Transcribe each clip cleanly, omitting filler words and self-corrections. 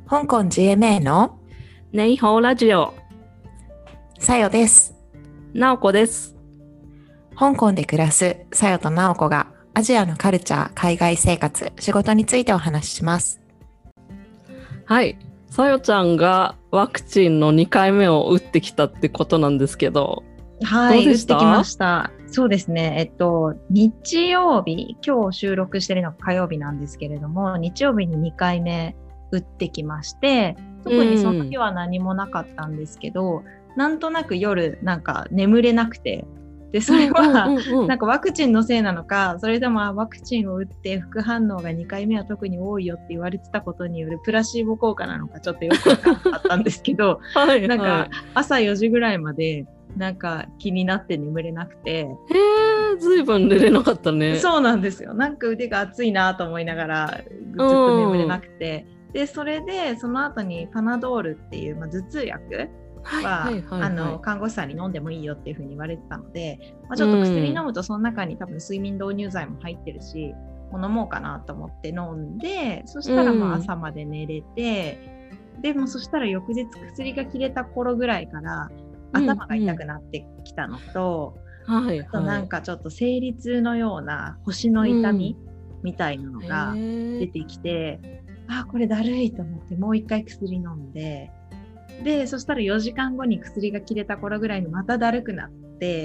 香港 GMA のネイホーラジオ、 さよです。 なおこです。 香港で暮らすさよとなおこがアジアのカルチャー、海外生活、仕事についてお話しします。 はい、さよちゃんがワクチンの2回目を打ってきたってことなんですけど、 はい、 どうでした？ 打ってきました。そうですね。日曜日、今日収録してるのが火曜日なんですけれども、日曜日に2回目打ってきまして、特にその時は何もなかったんですけど、なんとなく夜なんか眠れなくて、でそれはなんかワクチンのせいなのか、それともワクチンを打って副反応が2回目は特に多いよって言われてたことによるプラシーボ効果なのかちょっとよく分からなかったんですけどはいなんか朝4時ぐらいまでなんか気になって眠れなくて、 ずいぶん寝れなかったね。 そうなんですよ。なんか腕が熱いなと思いながらずっと眠れなくて、でそれでその後にパナドールっていう、頭痛薬は看護師さんに飲んでもいいよっていうふうに言われてたので、ちょっと薬飲むとその中に多分睡眠導入剤も入ってるし、もう飲もうかなと思って飲んで、そしたらもう朝まで寝れて、でもそしたら翌日薬が切れた頃ぐらいから頭が痛くなってきたのと、あとなんかちょっと生理痛のような腰の痛みみたいなのが出てきて、これだるいと思ってもう一回薬飲んで、でそしたら4時間後に薬が切れた頃ぐらいにまただるくなって、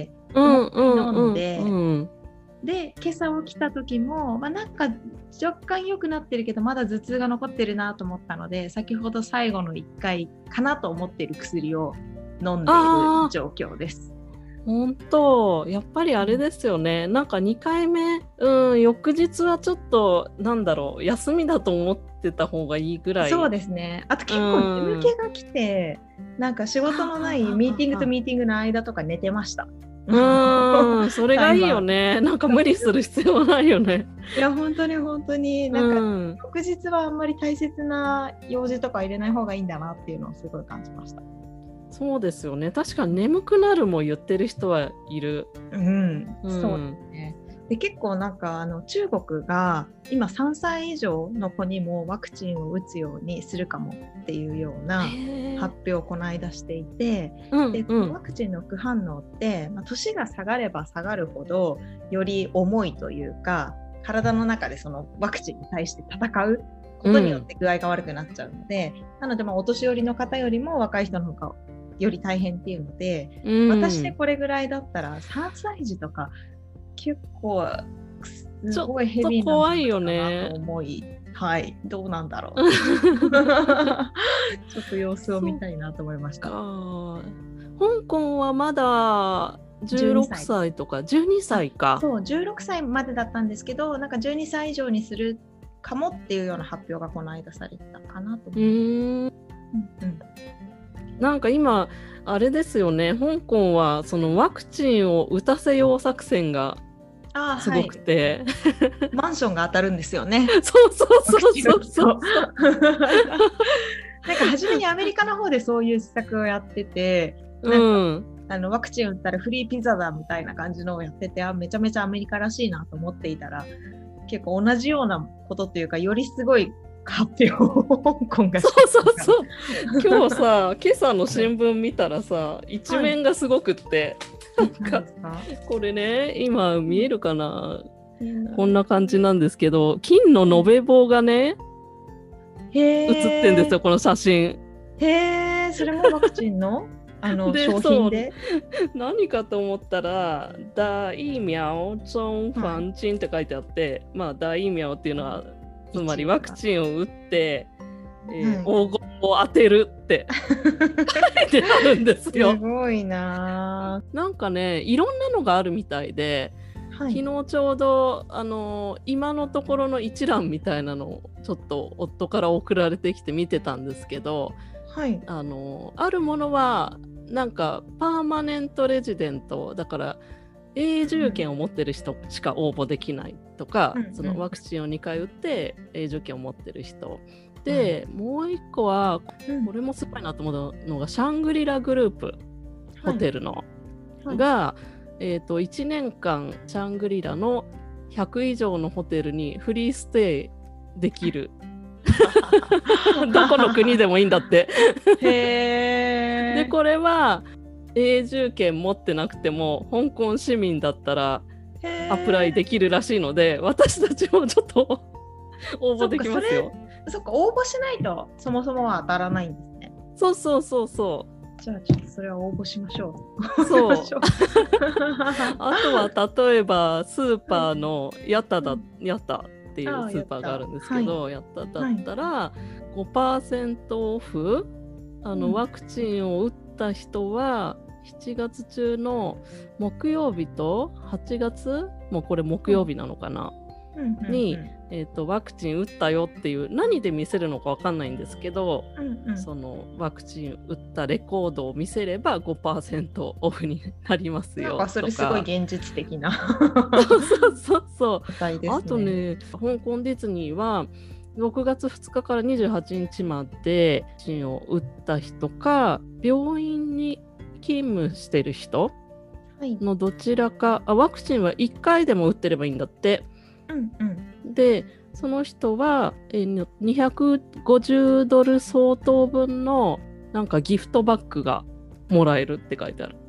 もう一回飲んで、で今朝起きた時も、なんか若干良くなってるけどまだ頭痛が残ってるなと思ったので、先ほど最後の1回かなと思っている薬を飲んでいる状況です。 本当、やっぱりあれですよね。なんか2回目、翌日はちょっと休みだと思ってた方がいいぐらい。 そうですね。あと結構眠気が来て、なんか仕事のないミーティングとミーティングの間とか寝てました。 それがいいよね。なんか無理する必要ないよね。 いや本当になんか翌日はあんまり大切な用事とか入れない方がいいんだなっていうのをすごい感じました。 そうですよね。確かに眠くなるも言ってる人はいる。 そうですね。で結構なんか中国が今3歳以上の子にもワクチンを打つようにするかもっていうような発表をこの間していて、でワクチンの副反応って、年が下がれば下がるほどより重いというか、体の中でそのワクチンに対して戦うことによって具合が悪くなっちゃうので、なのでお年寄りの方よりも若い人の方がより大変っていうので、私でこれぐらいだったら3歳児とか結構すごいヘビーなのかなと思い、どうなんだろうちょっと様子を見たいなと思いました。 香港はまだ16歳とか12歳か。 そう、16歳までだったんですけど、なんか12歳以上にするかもっていうような発表がこの間されたかなと思います。 なんか今あれですよね、香港はそのワクチンを打たせよう作戦がすごくて、 マンションが当たるんですよね。 そうなんか初めにアメリカの方でそういう施策をやってて、ワクチン打ったらフリーピザだみたいな感じのをやってて、めちゃめちゃアメリカらしいなと思っていたら、結構同じようなことっていうか、よりすごい発表を香港がそう今日さ、今朝の新聞見たらさ、一面がすごくって、これね、今見えるかな、こんな感じなんですけど、金の延べ棒がね写ってんですよ、この写真。 それもワクチンの商品で何かと思ったら打疫苗中黄金って書いてあって、打疫苗っていうのはつまりワクチンを打って、黄金を当てるって書いてあるんですよ。 すごいな。 なんかね、いろんなのがあるみたいで、昨日ちょうど今のところの一覧みたいなのをちょっと夫から送られてきて見てたんですけど、あるものはなんかパーマネントレジデントだから永住権を持ってる人しか応募できないとか、そのワクチンを2回打って永住権を持ってる人で、もう一個はこれもすごいなと思うのがシャングリラグループホテルのが、1年間シャングリラの100以上のホテルにフリーステイできるどこの国でもいいんだって。 へでこれは永住権持ってなくても香港市民だったらアプライできるらしいので、私たちもちょっと応募できますよ。 そっか、応募しないとそもそもは当たらないんですね。 そうそうそうそう。 じゃあちょっとそれは応募しましょう。 そう。あとは例えばスーパーのヤタっていうスーパーがあるんですけど、ヤタだったら 5% オフ、ワクチンを打った人は7月中の木曜日と8月、もうこれ木曜日なのかな、に、ワクチン打ったよっていう何で見せるのか分かんないんですけど、そのワクチン打ったレコードを見せれば 5% オフになりますよとか。 なんかそれすごい現実的なそうあとね、香港ディズニーは6月2日から28日までワクチンを打った人か病院に勤務してる人のどちらか、ワクチンは1回でも打ってればいいんだって。でその人は250ドル相当分のなんかギフトバッグがもらえるって書いてある。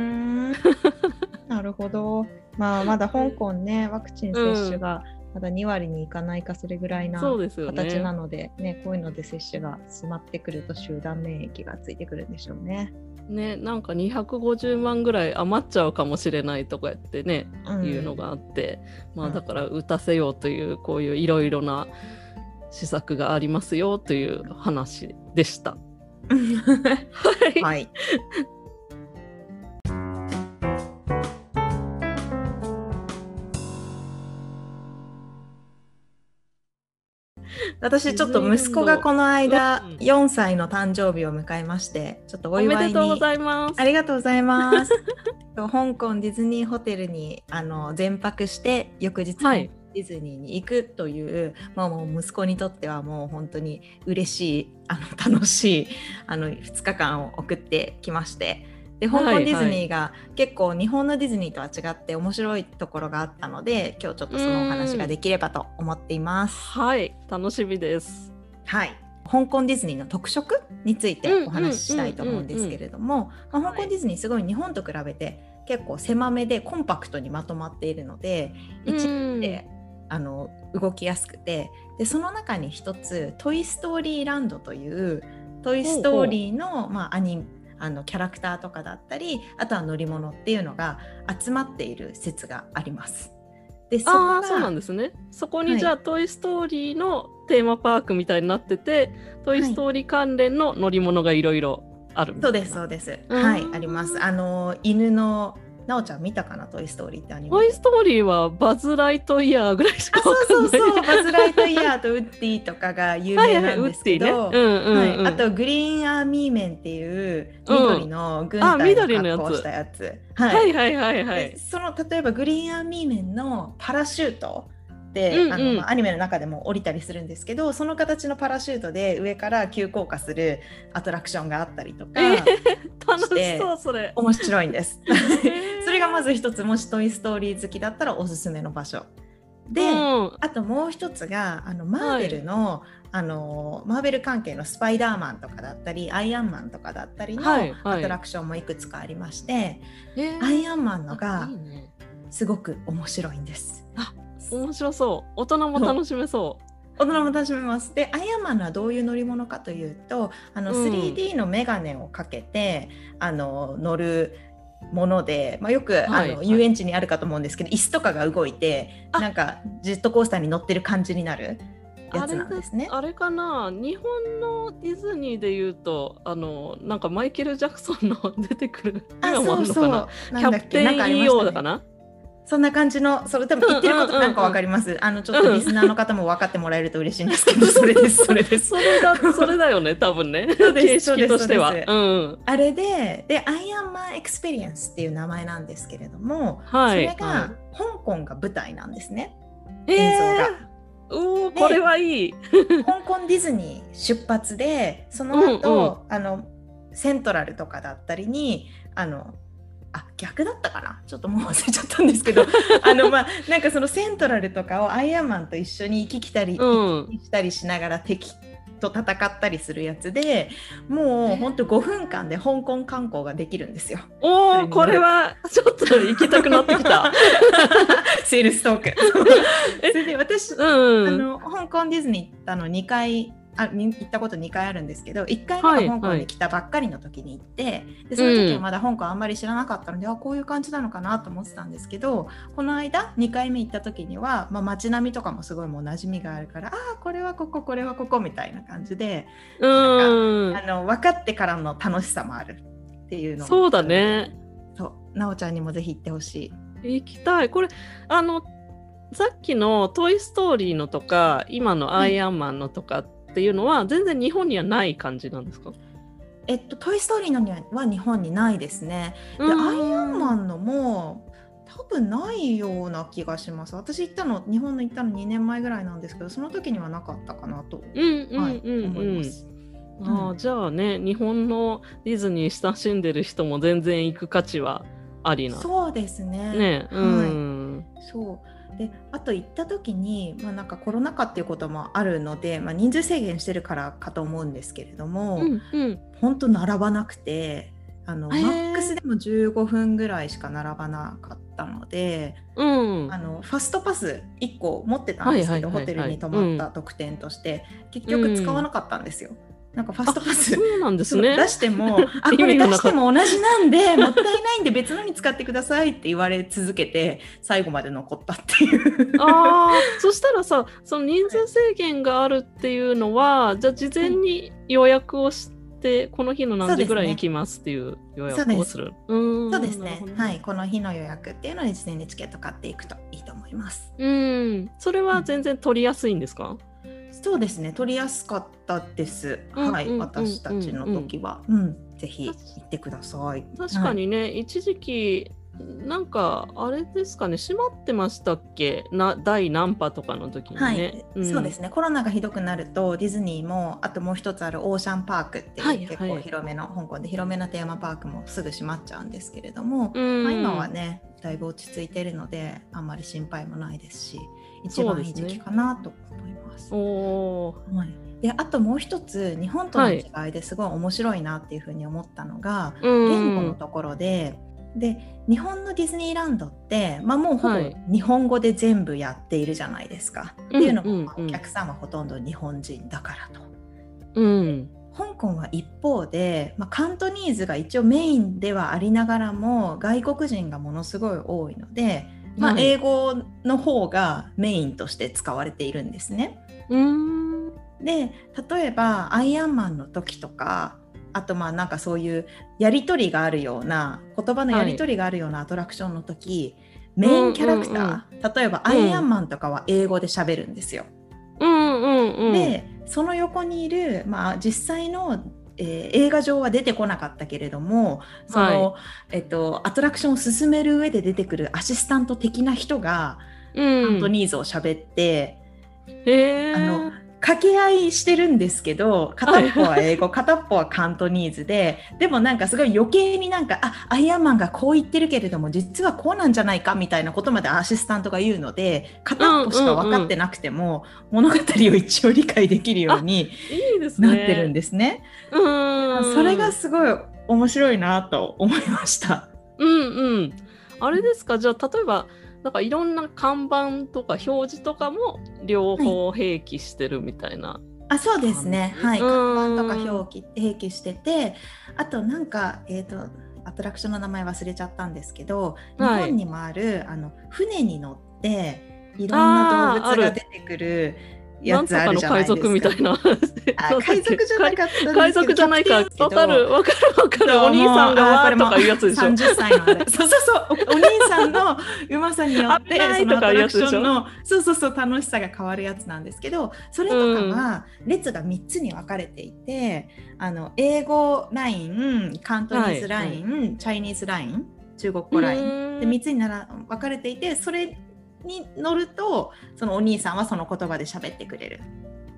なるほど。まだ香港ね、ワクチン接種がまだ2割にいかないかそれぐらいな形なので、ね、こういうので接種が進まってくると集団免疫がついてくるんでしょうね。 なんか250万ぐらい余っちゃうかもしれないとかやってね、いうのがあって、だから打たせようというこういういろいろな施策がありますよという話でした。 はい。私ちょっと息子がこの間4歳の誕生日を迎えまして、ちょっとお祝いに。 おめでとうございます。 ありがとうございます。香港ディズニーホテルに全泊して翌日ディズニーに行くという、もう息子にとってはもう本当に嬉しい楽しい2日間を送ってきまして、で香港ディズニーが結構日本のディズニーとは違って面白いところがあったので、今日ちょっとそのお話ができればと思っています。 はい、楽しみです。 はい、香港ディズニーの特色についてお話ししたいと思うんですけれども、香港ディズニーすごい日本と比べて結構狭めでコンパクトにまとまっているので、一部で動きやすくて、でその中に一つトイストーリーランドというトイストーリーのキャラクターとかだったり、あとは乗り物っていうのが集まっている説があります。 でそうなんですね。そこにじゃあ、トイストーリーのテーマパークみたいになってて、トイストーリー関連の乗り物がいろいろあるみたいな。 そうです。はい、あります。犬のなおちゃん見たかな、トイストーリーってアニメ。 トイストーリーはバズ・ライトイヤーぐらいしかわかんない。 そうバズ・ライトイヤーとウッディとかが有名なんですけど、あとグリーンアーミーメンっていう緑の軍隊の格好をしたやつ。 例えばグリーンアーミーメンのパラシュートでアニメの中でも降りたりするんですけど、その形のパラシュートで上から急降下するアトラクションがあったりとか楽しそう。それ面白いんですそれがまず一つ、もしトイストーリー好きだったらおすすめの場所で、あともう一つがマーベルの、マーベル関係のスパイダーマンとかだったりアイアンマンとかだったりのアトラクションもいくつかありまして、アイアンマンのがすごく面白いんです。 面白そう。大人も楽しめそう。 大人も楽しめます。でアイアンマンはどういう乗り物かというと、3D のメガネをかけて乗るもので、よく遊園地にあるかと思うんですけど、椅子とかが動いてなんかジェットコースターに乗ってる感じになるやつなんですね。 あれかな、日本のディズニーでいうとなんかマイケル・ジャクソンの出てくる今もあるのかな、キャプテン EO だかな、 そんな感じの、それ多分言ってることなんかわかります。ちょっとリスナーの方も分かってもらえると嬉しいんですけど、それです。 それだよね、多分ね。形式としては。 あれでアイアンマンエクスペリエンスっていう名前なんですけれども、それが香港が舞台なんですね。映像が。 これはいい。 香港ディズニー出発で、その後、セントラルとかだったりに逆だったかな、ちょっともう忘れちゃったんですけどなんかそのセントラルとかをアイアンマンと一緒に行き来したりしながら敵と戦ったりするやつで、もうほんと5分間で香港観光ができるんですよ。 これはちょっと行きたくなってきたセールストークそれで私、香港ディズニー行ったの2回行ったこと2回あるんですけど、1回目が香港に来たばっかりの時に行って、でその時はまだ香港あんまり知らなかったので、こういう感じなのかなと思ってたんですけど、この間2回目行った時には、街並みとかもすごいもう馴染みがあるから、これはこここれはここみたいな感じで、なんか分かってからの楽しさもあるっていうの。 そうだね。 なおちゃんにもぜひ行ってほしい。行きたい。これさっきのトイストーリーのとか今のアイアンマンのとかっていうのは全然日本にはない感じなんですか？ トイストーリーのは日本にないですね。でアイアンマンのも多分ないような気がします。私日本の行ったの2年前ぐらいなんですけど、その時にはなかったかなと思います。 じゃあね、日本のディズニー親しんでる人も全然行く価値はありな。 そうですね。そうで、あと行った時に、なんかコロナ禍っていうこともあるので、人数制限してるからかと思うんですけれども、本当並ばなくて、マックスでも15分ぐらいしか並ばなかったので、ファストパス1個持ってたんですけど、ホテルに泊まった特典として、結局使わなかったんですよ。なんかファストパスそうなんですね、 出してもこれ出しても同じなんでもったいないんで別のに使ってくださいって言われ続けて最後まで残ったっていうそしたらさ、その人数制限があるっていうのは、じゃあ事前に予約をしてこの日の何時ぐらいに行きますっていう予約をする。 そうですね、この日の予約っていうのに事前にチケット買っていくといいと思います。 それは全然取りやすいんですか？ そうですね、取りやすかったです。私たちの時は、ぜひ行ってください。 確かにね、一時期なんかあれですかね、閉まってましたっけ、第何波とかの時にね。 そうですね、コロナがひどくなるとディズニーも、あともう一つあるオーシャンパークっていう、結構広めの、香港で広めなテーマパークもすぐ閉まっちゃうんですけれども、今はねだいぶ落ち着いているのであんまり心配もないですし、一番いい時期かなと思います。で、あともう一つ日本との違いですごい面白いなっていうふうに思ったのが、言語のところで日本のディズニーランドって、もうほぼ日本語で全部やっているじゃないですか、っていうのも、お客さんはほとんど日本人だからと。香港は一方で、カントニーズが一応メインではありながらも外国人がものすごい多いので、英語の方がメインとして使われているんですね。で、例えばアイアンマンの時とか、あとなんかそういうやり取りがあるような、言葉のやり取りがあるようなアトラクションの時、メインキャラクター、例えばアイアンマンとかは英語で喋るんですよ。で、その横にいる、実際の映画上は出てこなかったけれども、その、アトラクションを進める上で出てくるアシスタント的な人がカントニーズを喋って、掛け合いしてるんですけど、片っぽは英語、片っぽはカントニーズで、でもなんかすごい余計になんか、アイアンマンがこう言ってるけれども実はこうなんじゃないかみたいなことまでアシスタントが言うので、片っぽしか分かってなくても、物語を一応理解できるようになってるんですね。それがすごい面白いなと思いました。 あれですか、じゃあ例えばなんかいろんな看板とか表示とかも両方併記してるみたいな、 そうですね、看板とか併記してて、あとなんかアトラクションの名前忘れちゃったんですけど、日本にもある船に乗っていろんな動物が出てくるやつあるじゃないですか。 海賊みたいな海賊じゃなかったんですけど、 海賊じゃないか、わかるお兄さんがわーとかいうやつでしょ。 30歳のあれそうお兄さんのうまさによってそのアトラクションの楽しさが変わるやつなんですけど、それとかは列が3つに分かれていて、英語ライン、カントニーズライン、チャイニーズライン、中国語ラインで3つに分かれていて、それに乗るとそのお兄さんはその言葉で喋ってくれる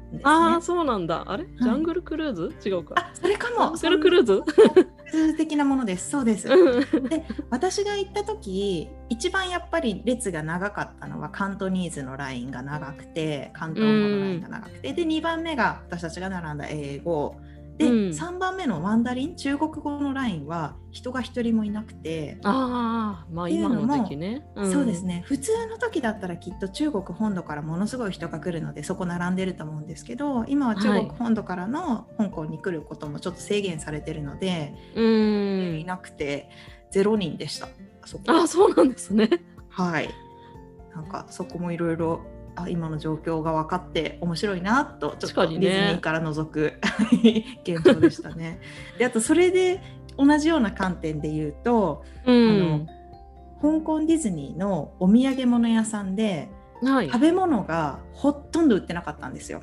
ね。 ああ、そうなんだ。あれ、ジャングルクルーズ違うか。 あ、それかも。 ジャングルクルーズ的なものです。そうです。で、私が行った時、一番やっぱり列が長かったのはカントニーズのラインが長くて、関東語のラインが長くて、で2番目が私たちが並んだ英語で、3番目のマンダリン、中国語のラインは人が一人もいなくて、 まあ今の時期ね、 そうですね。普通の時だったらきっと中国本土からものすごい人が来るのでそこ並んでると思うんですけど、今は中国本土からの香港に来ることもちょっと制限されてるので、いなくて0人でした。 そうなんですね。 はい。なんかそこもいろいろ今の状況が分かって面白いなと、ちょっとディズニーから覗く現状でしたね。で、あとそれで同じような観点で言うと、香港ディズニーのお土産物屋さんで、食べ物がほとんど売ってなかったんですよ。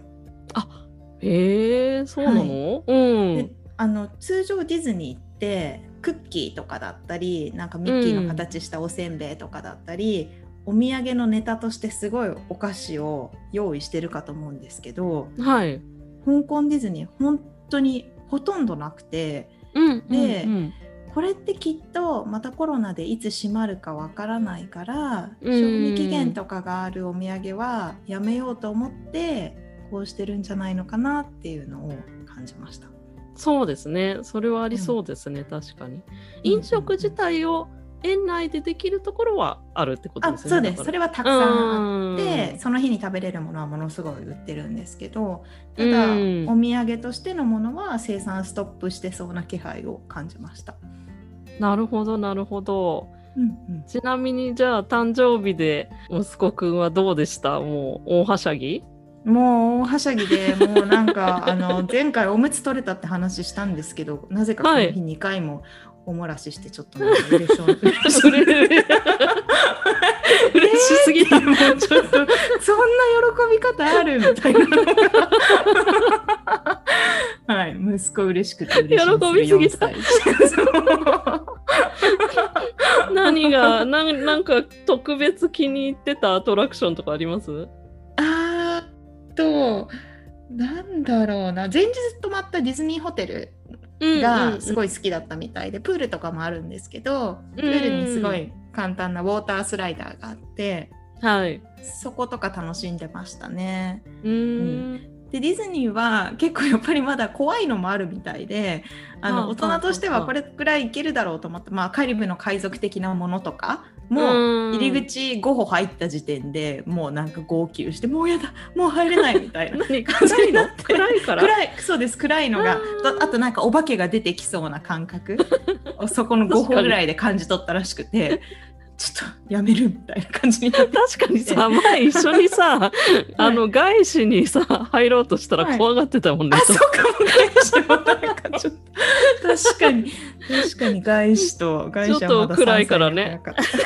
そうなの？ で、通常ディズニーってクッキーとかだったり、なんかミッキーの形したおせんべいとかだったり、お土産のネタとしてすごいお菓子を用意してるかと思うんですけど、香港ディズニー本当にほとんどなくて、で、これってきっとまたコロナでいつ閉まるかわからないから、賞味期限とかがあるお土産はやめようと思ってこうしてるんじゃないのかなっていうのを感じました。 そうですね、それはありそうですね、確かに。飲食自体を園内でできるところはあるってことですね。 そうです。それはたくさんあって、その日に食べれるものはものすごい売ってるんですけど、ただお土産としてのものは生産ストップしてそうな気配を感じました。 なるほどなるほど、ちなみにじゃあ誕生日で息子くんはどうでした？もう大はしゃぎ？ もう大はしゃぎで、もうなんか前回おむつ取れたって話したんですけど、なぜかこの日2回もおもらししてちょっと嬉しすぎた。もうちょっとそんな喜び方あるみたいなはい、息子嬉しくて嬉しい。 喜びすぎた。何がなんか特別気に入ってたアトラクションとかあります？ なんだろうな、前日泊まったディズニーホテルがすごい好きだったみたいで、プールとかもあるんですけど、プールにすごい簡単なウォータースライダーがあって、そことか楽しんでましたね。でディズニーは結構やっぱりまだ怖いのもあるみたいで、大人としてはこれくらいいけるだろうと思って、カリブの海賊的なものとかもう入り口5歩入った時点でもうなんか号泣して、もうやだ、もう入れないみたいな感じになって、 暗いからそうです、暗いのがあとなんかお化けが出てきそうな感覚そこの5歩ぐらいで感じ取ったらしくて、ちょっとやめるみたいな感じになって、 確かにさ、前一緒にさ外資にさ入ろうとしたら怖がってたもんね。 そうかも、外資もなんかちょっと確かに外資はまだちょっと暗いからね。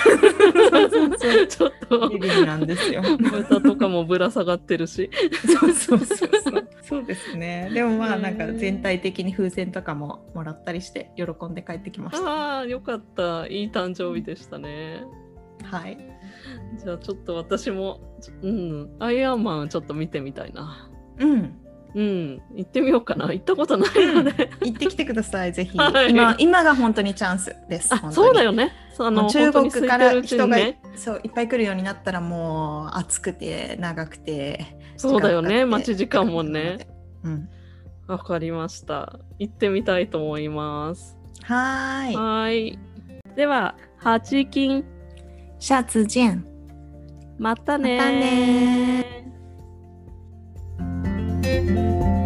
ちょっとビビりなんですよ。 豚とかもぶら下がってるし。 そうですね。でもなんか全体的に風船とかももらったりして喜んで帰ってきました。 よかった。いい誕生日でしたね。 はい。 じゃあちょっと私もアイアンマンちょっと見てみたいな。行ってみようかな。行ったことないので、 行ってきてください、ぜひ。今が本当にチャンスです。 そうだよね。 中国から人がいっぱい来るようになったら、もう暑くて長くて、 そうだよね、待ち時間もね。わかりました。行ってみたいと思います。はい。では、8金下次见。 またね。